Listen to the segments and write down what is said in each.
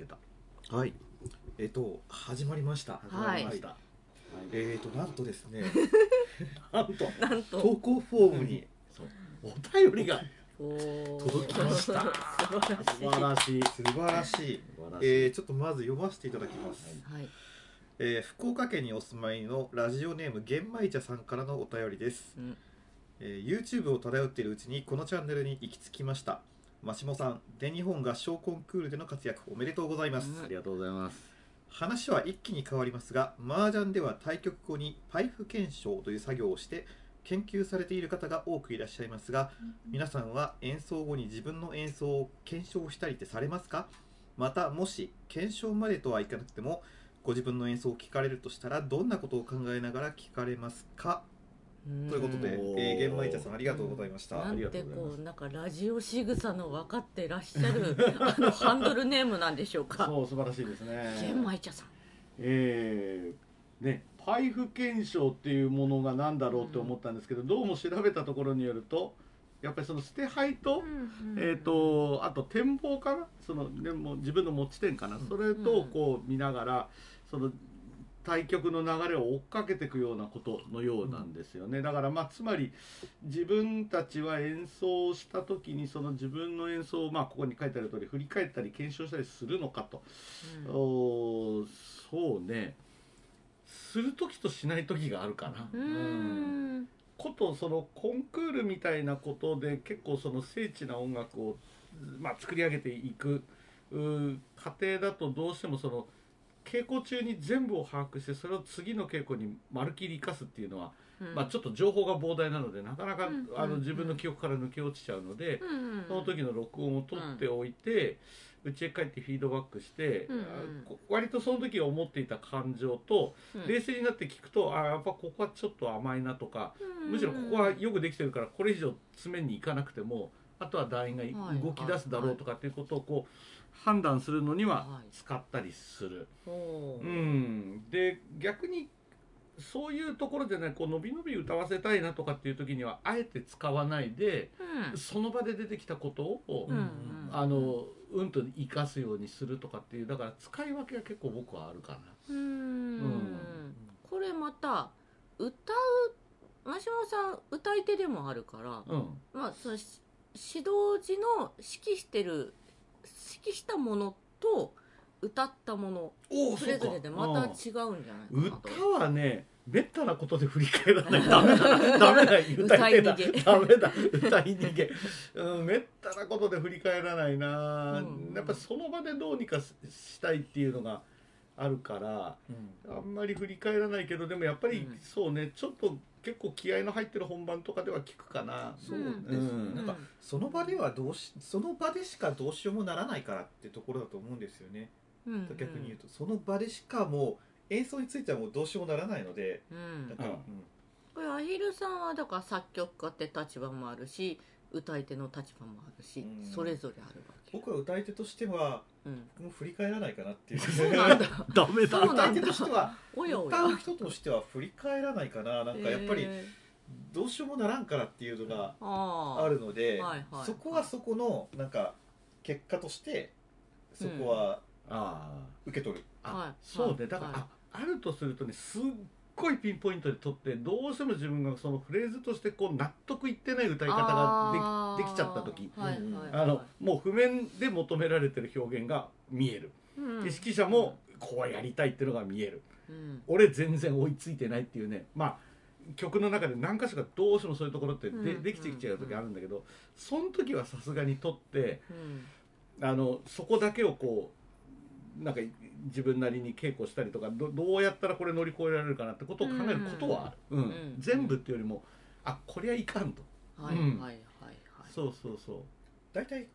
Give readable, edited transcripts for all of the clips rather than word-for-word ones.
てた。 はい。始まりました。 始まりました。はい、 なんとですね、 なんと投稿フォームにそうお便りが届きました。 素晴らしい。 素晴らしい。ちょっとまず読ませていただきます。 はい。 福岡県にお住まいのラジオネーム玄米茶さんからのお便りです。YouTube を漂っているうちにこのチャンネルに行き着きました。マシモさん、全日本合唱コンクールでの活躍おめでとうございます。 ありがとうございます。 話は一気に変わりますが、麻雀では対局後にパイプ検証という作業をして研究されている方が多くいらっしゃいますが、皆さんは演奏後に自分の演奏を検証したりってされますか？また、もし検証までとはいかなくてもご自分の演奏を聞かれるとしたらどんなことを考えながら聞かれますか？ということで、玄米茶さんありがとうございました。 なんてこうなんかラジオ仕草の分かってらっしゃるハンドルネームなんでしょうか。 そう素晴らしいですね。 玄米茶さん。 ね、パイフ検証っていうものが何だろうって思ったんですけど、どうも調べたところによると、やっぱりその捨て牌と、あと展望かな、そのでも自分の持ち点かな、それとこう見ながらその対局の流れを追っかけていくようなことのようなんですよね。だからまあつまり自分たちは演奏した時にその自分の演奏をここに書いてある通り振り返ったり検証したりするのかと、そうね、する時としない時があるかな。ことそのコンクールみたいなことで結構その精緻な音楽を作り上げていく過程だと、どうしてもその稽古中に全部を把握してそれを次の稽古にまるきり生かすっていうのは、ちょっと情報が膨大なのでなかなか自分の記憶から抜け落ちちゃうので、その時の録音を取っておいて家へ帰ってフィードバックして、割とその時思っていた感情と冷静になって聞くと、やっぱここはちょっと甘いなとか、むしろここはよくできてるからこれ以上詰めに行かなくてもあとは団員が動き出すだろうとかっていうことをこう判断するのには使ったりする。で逆にそういうところでね、こうのびのび歌わせたいなとかっていう時にはあえて使わないで、その場で出てきたことをうんと生かすようにするとかっていう、だから使い分けが結構僕はあるかな。 これまた歌う真島さん歌い手でもあるから、その指導時の指揮したものと歌ったものそれぞれでまた違うんじゃないかなと。 歌はね、めったなことで振り返らない。ダメだ歌い手だ。ダメだ歌い逃げ。めったなことで振り返らないな。やっぱその場でどうにかしたいっていうのがあるから、あんまり振り返らないけど、でもやっぱりそうね、ちょっと結構気合の入ってる本番とかでは聞くかな。 そうですね。なんかその場ではその場でしかどうしようもならないからってところだと思うんですよね。逆に言うとその場でしかもう演奏についてはもうどうしようもならないので、 これアヒルさんはだから作曲家って立場もあるし歌い手の立場もあるし、それぞれあるわけ。 僕は歌い手としては、僕も振り返らないかなっていう。 そうなんだ。 ダメだ。 歌い手としては歌う人としては振り返らないかな。なんかやっぱりどうしようもならんからっていうのがあるので、そこはそこのなんか結果としてそこは受け取る。 そうね。だからあるとするとね、すっごいピンポイントで取って、どうしても自分がそのフレーズとしてこう納得いってない歌い方ができちゃった時、もう譜面で求められてる表現が見える。指揮者もこうやりたいっていうのが見える。俺全然追いついてないっていうね。曲の中で何か所かどうしてもそういうところってできてきちゃう時あるんだけど、その時はさすがに取って、そこだけをこうなんか自分なりに稽古したりとか、どうやったらこれ乗り越えられるかなってことを考えることはある。全部っていうよりもこれはいかんと。そう大体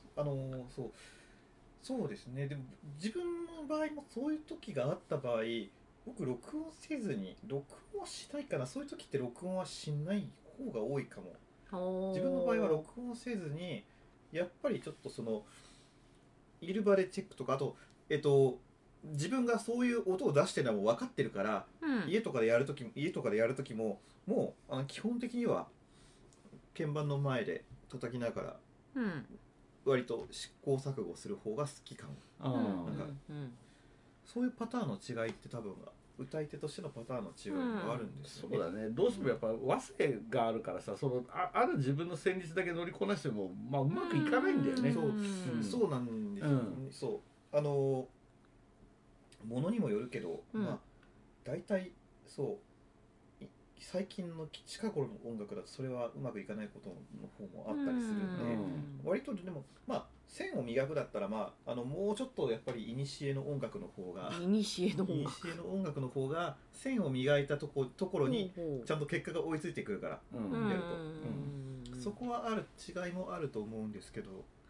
そうですね。でも自分の場合もそういう時があった場合、僕録音せずに録音はしないかな。そういう時って録音はしない方が多いかも。自分の場合は録音せずにやっぱりちょっとそのいる場でチェックとか、あと自分がそういう音を出してるのはもう分かってるから、家とかでやる時ももう基本的には鍵盤の前で叩きながら割と試行錯誤する方が好きかも。なんかそういうパターンの違いって多分歌い手としてのパターンの違いがあるんですよね。 そうだね。どうしてもやっぱ和声があるからさ、ある自分の旋律だけ乗りこなしてもうまくいかないんだよね。 そうなんですよね。そうものにもよるけど、大体そう最近の近頃の音楽だとそれはうまくいかないことの方もあったりするんで、割とでも線を磨くだったらもうちょっとやっぱり古の音楽の方がの音楽の方が線を磨いたところにちゃんと結果が追いついてくるから、やると、そこは違いもあると思うんですけど、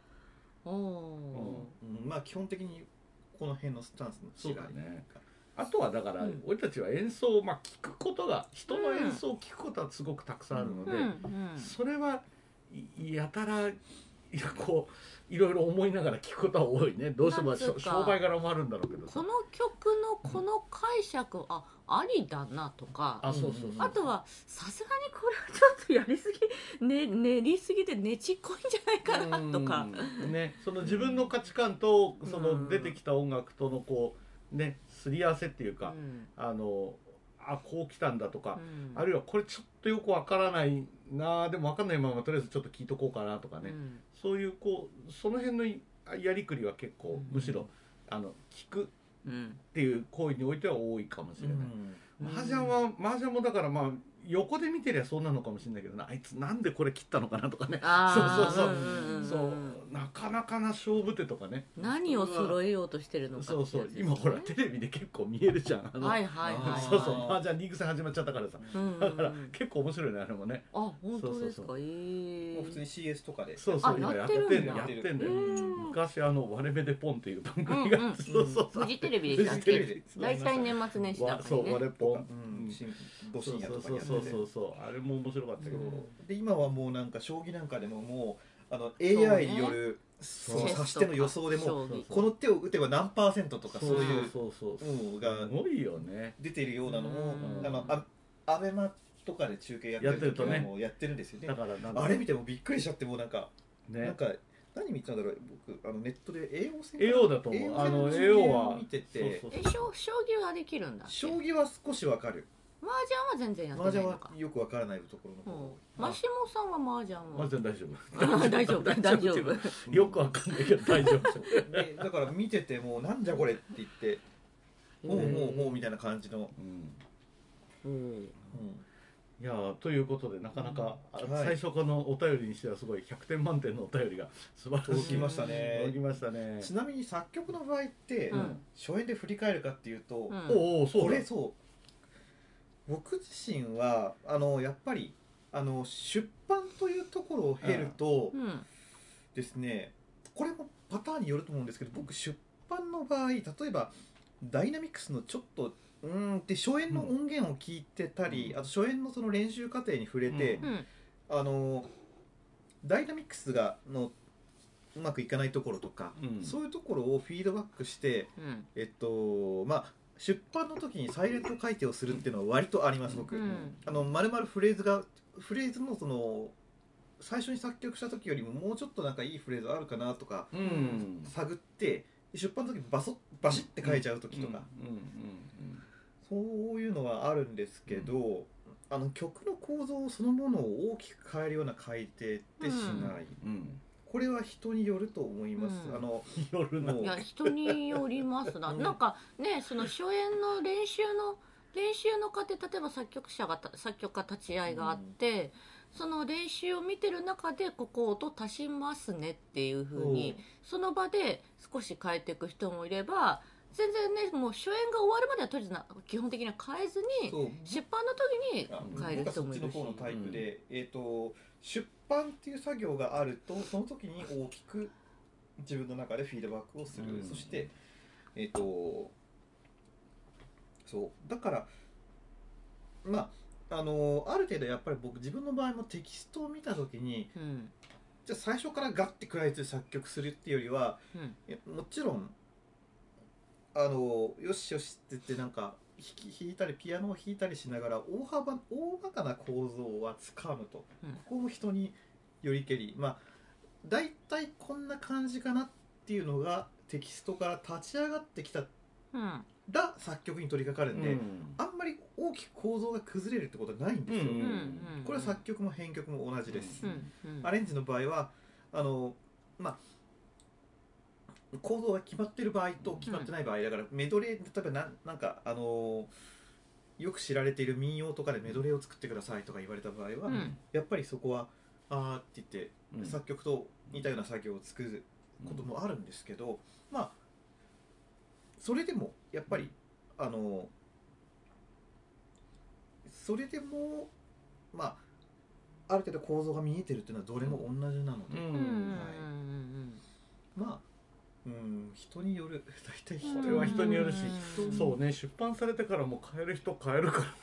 基本的にこの辺のスタンスの違いね。 あとはだから俺たちは演奏を聞くことが人の演奏を聞くことはすごくたくさんあるので、それはやたらこういろいろ思いながら聞くことは多いね。どうしても商売柄もあるんだろうけどさ、 この曲のこの解釈ありだなとか、あとはさすがにこれはちょっとやりすぎ、練りすぎてねちっこいんじゃないかなとかね、その自分の価値観とその出てきた音楽とのこうねすり合わせっていうか、こう来たんだとか、あるいはこれちょっとよくわからないな、でもわかんないままとりあえずちょっと聞いとこうかなとかね、そういうその辺のやりくりは結構むしろ聞くっていう行為においては多いかもしれない。麻雀もだから横で見てりゃそうなのかもしれないけどな、あいつなんでこれ切ったのかなとかね、なかなかな勝負手とかね、 何を揃えようとしてるのか、 今ほらテレビで結構見えるじゃん、麻雀リーグ戦始まっちゃったからさ、だから結構面白いねあれもね。 本当ですか。 普通に CS とかで今やってんだよ。昔割れ目でポンっていう番組がフジテレビでしたっけ、大体年末年始だからね、 割れポンど深夜とかにやってて、 あれも面白かったけど、 で今はもうなんか将棋なんかでももうAI による指し手の予想でもこの手を打てば何%とかそういうのが出ているようなのをアベマとかで中継やってる時はもうやってるんですよね。あれ見てもびっくりしちゃって、もうなんか何見たんだろう、僕ネットで AO だと思う。AO は見てて、将棋はできるんだ。 将棋は少しわかる。 麻雀は全然やってないのか。 麻雀はよくわからないところの方。 マシモさんは麻雀は大丈夫。 大丈夫。 よくわかんないけど大丈夫。 でだから見ててもなんじゃこれって言って、ほうみたいな感じの。 いやということでなかなか最初からのお便りにしてはすごい100点満点のお便りが素晴らしい。 届きましたね。ちなみに作曲の場合って初演で振り返るかっていうと、これ僕自身はやっぱり出版というところを経るとですね、これもパターンによると思うんですけど、僕出版の場合例えばダイナミクスのちょっとで初演の音源を聞いてたり、あと初演のその練習過程に触れて、ダイナミクスのうまくいかないところとか、そういうところをフィードバックして、出版の時にサイレント改訂をするっていうのは割とあります。僕まるまるフレーズのその最初に作曲した時よりももうちょっとなんかいいフレーズあるかなとか探って、出版の時にバシッて書いちゃう時とか、そういうのはあるんですけど、曲の構造そのものを大きく変えるような改訂ってしない、これは人によると思います。 いや人によりますな。なんかね、その初演の練習の過程、例えば作曲家立ち会いがあって、その練習を見てる中でここ音足しますねっていう風にその場で少し変えていく人もいれば、全然ねもう初演が終わるまではとりあえず基本的には変えずに出版の時に変える人もいるし、 僕はそっちの方のタイプで、出版っていう作業があるとその時に大きく自分の中でフィードバックをする、そしてそうだからある程度やっぱり僕自分の場合もテキストを見た時に、じゃあ最初からガッて食らいついて作曲するっていうよりは、もちろんよしよしって言ってなんか弾いたりピアノを弾いたりしながら大まかな構造はつかむと、ここも人によりけり、 だいたいこんな感じかなっていうのがテキストから立ち上がってきたら作曲に取り掛かるんで、あんまり大きく構造が崩れるってことはないんですよ。これは作曲も編曲も同じです。アレンジの場合は構造が決まってる場合と決まってない場合だから、メドレー、例えばなんかよく知られている民謡とかでメドレーを作ってくださいとか言われた場合は、やっぱりそこはあーって言って、作曲と似たような作業を作ることもあるんですけど、それでもやっぱりそれでもある程度構造が見えてるっていうのはどれも同じなので、人による、大体これは人によるし、そうね、出版されてからも変える人変えるから、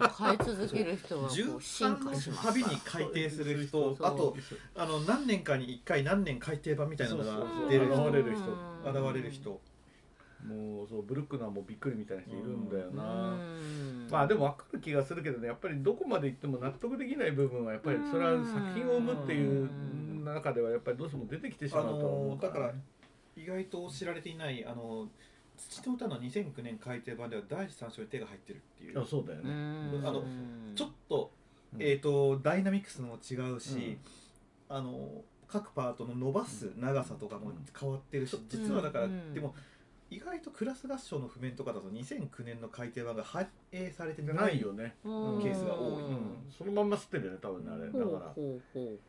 変え続ける人は進化します。 たびに改訂する人、あと何年かに1回何年改訂版みたいなのが出る人、現れる人、 もうそうブルックナーもびっくりみたいな人いるんだよな。でも分かる気がするけどね、やっぱりどこまで行っても納得できない部分はやっぱりそれは作品を生むっていう中ではやっぱりどうしても出てきてしまうと思うから、 だから意外と知られていない土の歌の2009年改訂版では第3章に手が入ってるっていう。 そうだよね。 ちょっとダイナミクスも違うし、各パートの伸ばす長さとかも変わってるし、実はだからでも意外とクラス合唱の譜面とかだと2009年の改訂版が反映されてないよね、ケースが多い。 そのまんま吸ってるよね多分ね、あれだから。そう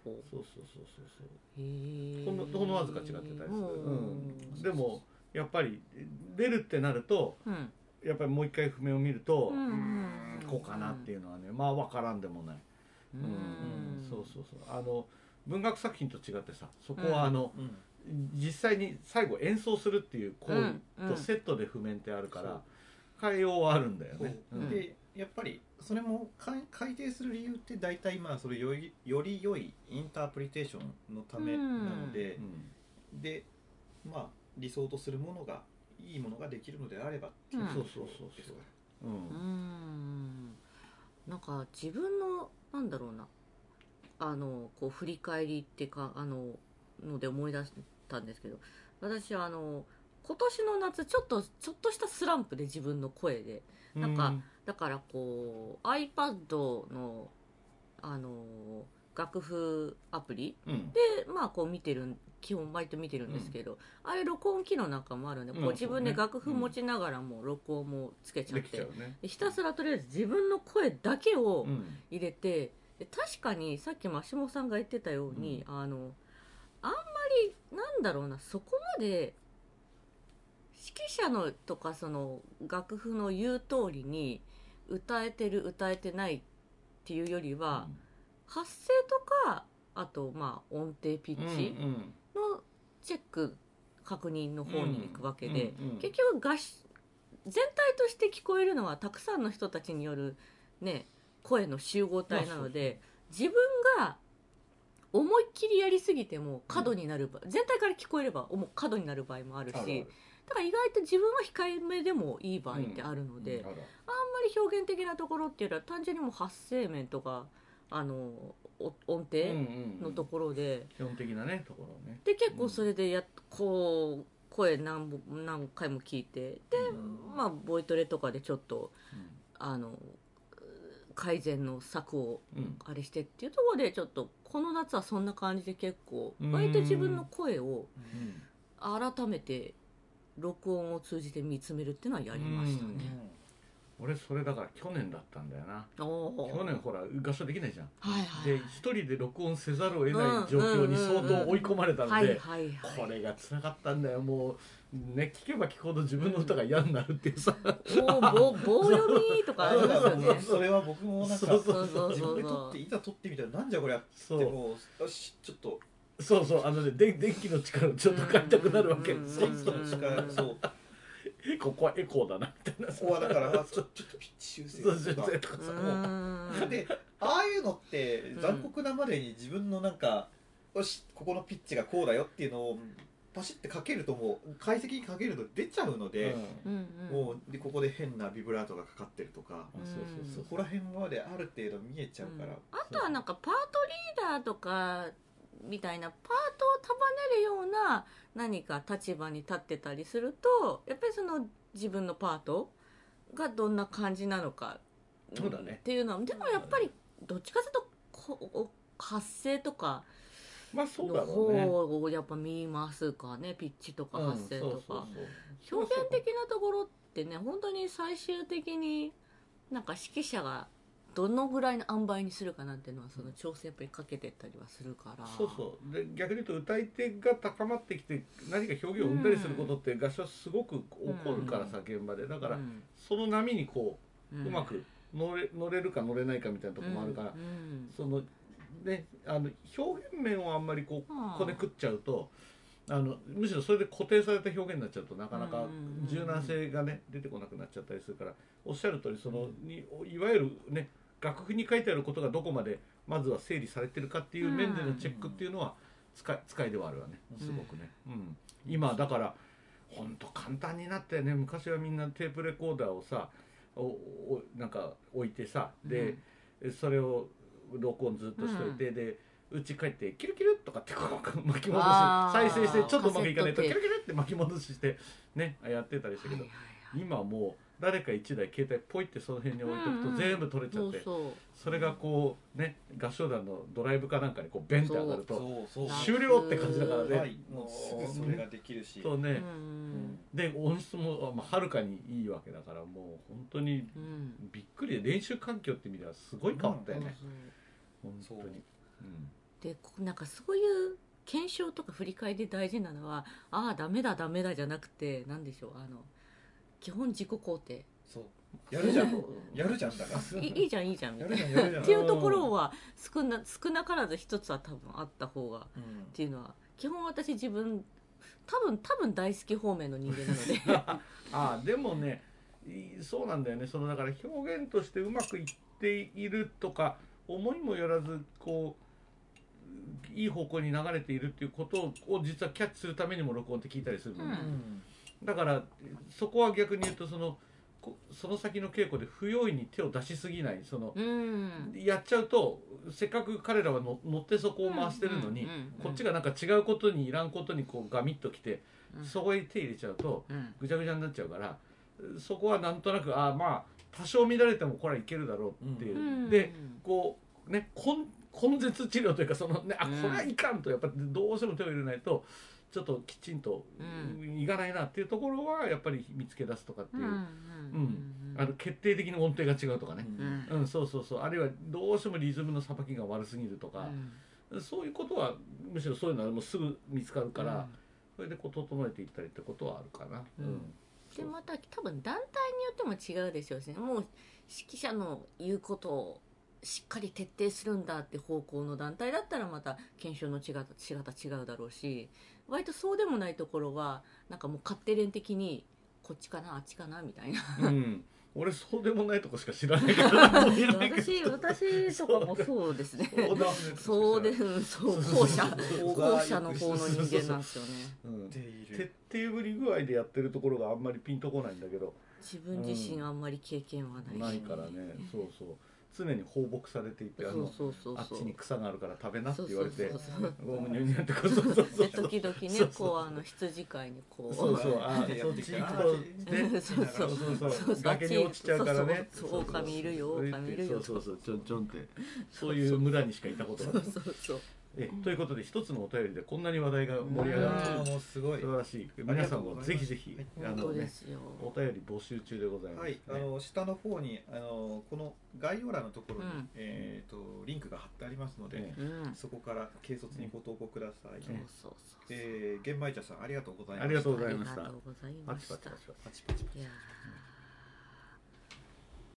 ほんのわずか違ってたりする。でもやっぱり出るってなると、やっぱりもう一回譜面を見るとこうかなっていうのはね、分からんでもない。文学作品と違ってさ、そこは実際に最後演奏するっていう行為とセットで譜面ってあるから変えようはあるんだよね。 でやっぱりそれも改訂する理由って大体それより良いインタープリテーションのためなので、で理想とするものがいいものができるのであればっていうことですから。 なんか自分のなんだろうな、こう振り返りっていうかので思い出したんですけど、私は今年の夏ちょっとしたスランプで自分の声でなんか、だからこう iPad の楽譜アプリでこう基本毎回見てるんですけど、あれ録音機能なんかもあるんで、こう自分で楽譜持ちながらも録音もつけちゃって、ひたすらとりあえず自分の声だけを入れて、確かにさっきマシモさんが言ってたように、あんまりなんだろうな、そこまで指揮者のとかその楽譜の言う通りに歌えてる歌えてないっていうよりは、発声とかあと音程ピッチのチェック確認の方に行くわけで、結局全体として聞こえるのはたくさんの人たちによるね声の集合体なので、自分が思いっきりやりすぎても過度になる場合、全体から聞こえれば過度になる場合もあるし、だから意外と自分は控えめでもいい場合ってあるので、あんまり表現的なところっていうのは単純にもう発声面とか音程のところで、 基本的なねところね。 で結構それでこう声何回も聞いて、でボイトレとかでちょっと改善の策をあれしてっていうところで、ちょっとこの夏はそんな感じで結構割と自分の声を改めて録音を通じて見つめるっていうのはやりましたね。 俺それだから去年だったんだよな。去年ほら合唱できないじゃん。で一人で録音せざるを得ない状況に相当追い込まれたので、これが辛かったんだよ。もうね、聞けば聞くほど自分の歌が嫌になるっていうさ、 棒読みとかありますよね。 それは僕もなんか自分で撮っていざ撮ってみたらなんじゃこりゃってもうよしちょっと電気の力をちょっと変えたくなるわけ。 電気の力ここはエコーだなみたいな。 ここはだからちょっとピッチ修正とかさ、でああいうのって残酷なまでに自分のなんかよしここのピッチがこうだよっていうのをパシッてかけるともう解析にかけると出ちゃうので、もうでここで変なビブラートがかかってるとか、そこら辺まである程度見えちゃうから。 あとはなんかパートリーダーとかみたいなパートを束ねるような何か立場に立ってたりすると、やっぱりその自分のパートがどんな感じなのかっていうのは、でもやっぱりどっちかというと発声とかの方をやっぱ見ますかね。ピッチとか発声とか表現的なところってね、本当に最終的になんか指揮者がどのぐらいの塩梅にするかなんていうのはその調整やっぱりかけてったりはするから、 で逆に言うと歌い手が高まってきて何か表現を生んだりすることって合唱はすごく起こるからさ、現場で。だから、その波にこう、うまく乗れるか乗れないかみたいなところもあるから、そのね、表現面をあんまりこうこねくっちゃうと、むしろそれで固定された表現になっちゃうとなかなか柔軟性がね出てこなくなっちゃったりするから、おっしゃる通りそのいわゆるね楽譜に書いてあることがどこまでまずは整理されてるかっていう面でのチェックっていうのは使いではあるわね、すごくね。今だからほんと簡単になってね、昔はみんなテープレコーダーをさなんか置いてさ、でそれを録音ずっとしといて、でうち帰ってキュルキュルとかってこう巻き戻し再生してちょっとうまくいかないとキュルキュルって巻き戻ししてねやってたりしたけど、今もう誰か一台携帯ポイってその辺に置いとくと全部取れちゃって、それがこうね合唱団のドライブかなんかにこうベンって上がると終了って感じだからね、 もうすぐそれができるし、 そうね、で音質もはるかにいいわけだから、もう本当にびっくりで、練習環境って意味ではすごい変わったよね、本当に。 でなんかそういう検証とか振り返りで大事なのは、ああダメだダメだじゃなくて、なんでしょう、基本自己肯定、 そうやるじゃんやるじゃんだからいいじゃんいいじゃんみたいなっていうところは少なからず一つは多分あった方が、っていうのは基本私自分多分大好き方面の人間なのででもねそうなんだよね。そのだから表現としてうまくいっているとか思いもよらずこういい方向に流れているっていうことを実はキャッチするためにも録音って聞いたりするの、だからそこは逆に言うとその先の稽古で不用意に手を出しすぎない、やっちゃうとせっかく彼らは乗ってそこを回してるのに、こっちがなんか違うことにいらんことにこうガミッときて、そこへ手入れちゃうとぐちゃぐちゃになっちゃうから、そこはなんとなくまあ多少乱れてもこれはいけるだろうっていう、でこうね根絶治療というかそのねこれはいかんとやっぱりどうしても手を入れないとちょっときちんといかないなっていうところはやっぱり見つけ出すとかっていう、決定的に音程が違うとかね、そうあるいはどうしてもリズムのさばきが悪すぎるとか、そういうことはむしろそういうのはもうすぐ見つかるから、それでこう整えていったりってことはあるかな。 でまた多分団体によっても違うでしょうしね、もう指揮者の言うことをしっかり徹底するんだって方向の団体だったらまた検証の違うだろうし、割とそうでもないところはなんかもう勝手連的にこっちかなあっちかなみたいな、 俺そうでもないとこしか知らないけど私とかもそうですねそうです、後者の方の人間なんですよね。 徹底ぶり具合でやってるところがあんまりピンとこないんだけど、 自分自身あんまり経験はないからね、そう常に放牧されていて、あっちに草があるから食べなって言われてゴムニュニュって時々ねこう羊飼いにこうそっち行くと崖に落ちちゃうからね、 狼いるよちょんってそういう村にしかいたことがない。ということで一つのお便りでこんなに話題が盛り上がって素晴らしい。皆さんもぜひぜひお便り募集中でございます。 下の方にこの概要欄のところにリンクが貼ってありますので、そこから軽率にご投稿ください。玄米茶さんありがとうございました。 ありがとうございました。 パチパチ。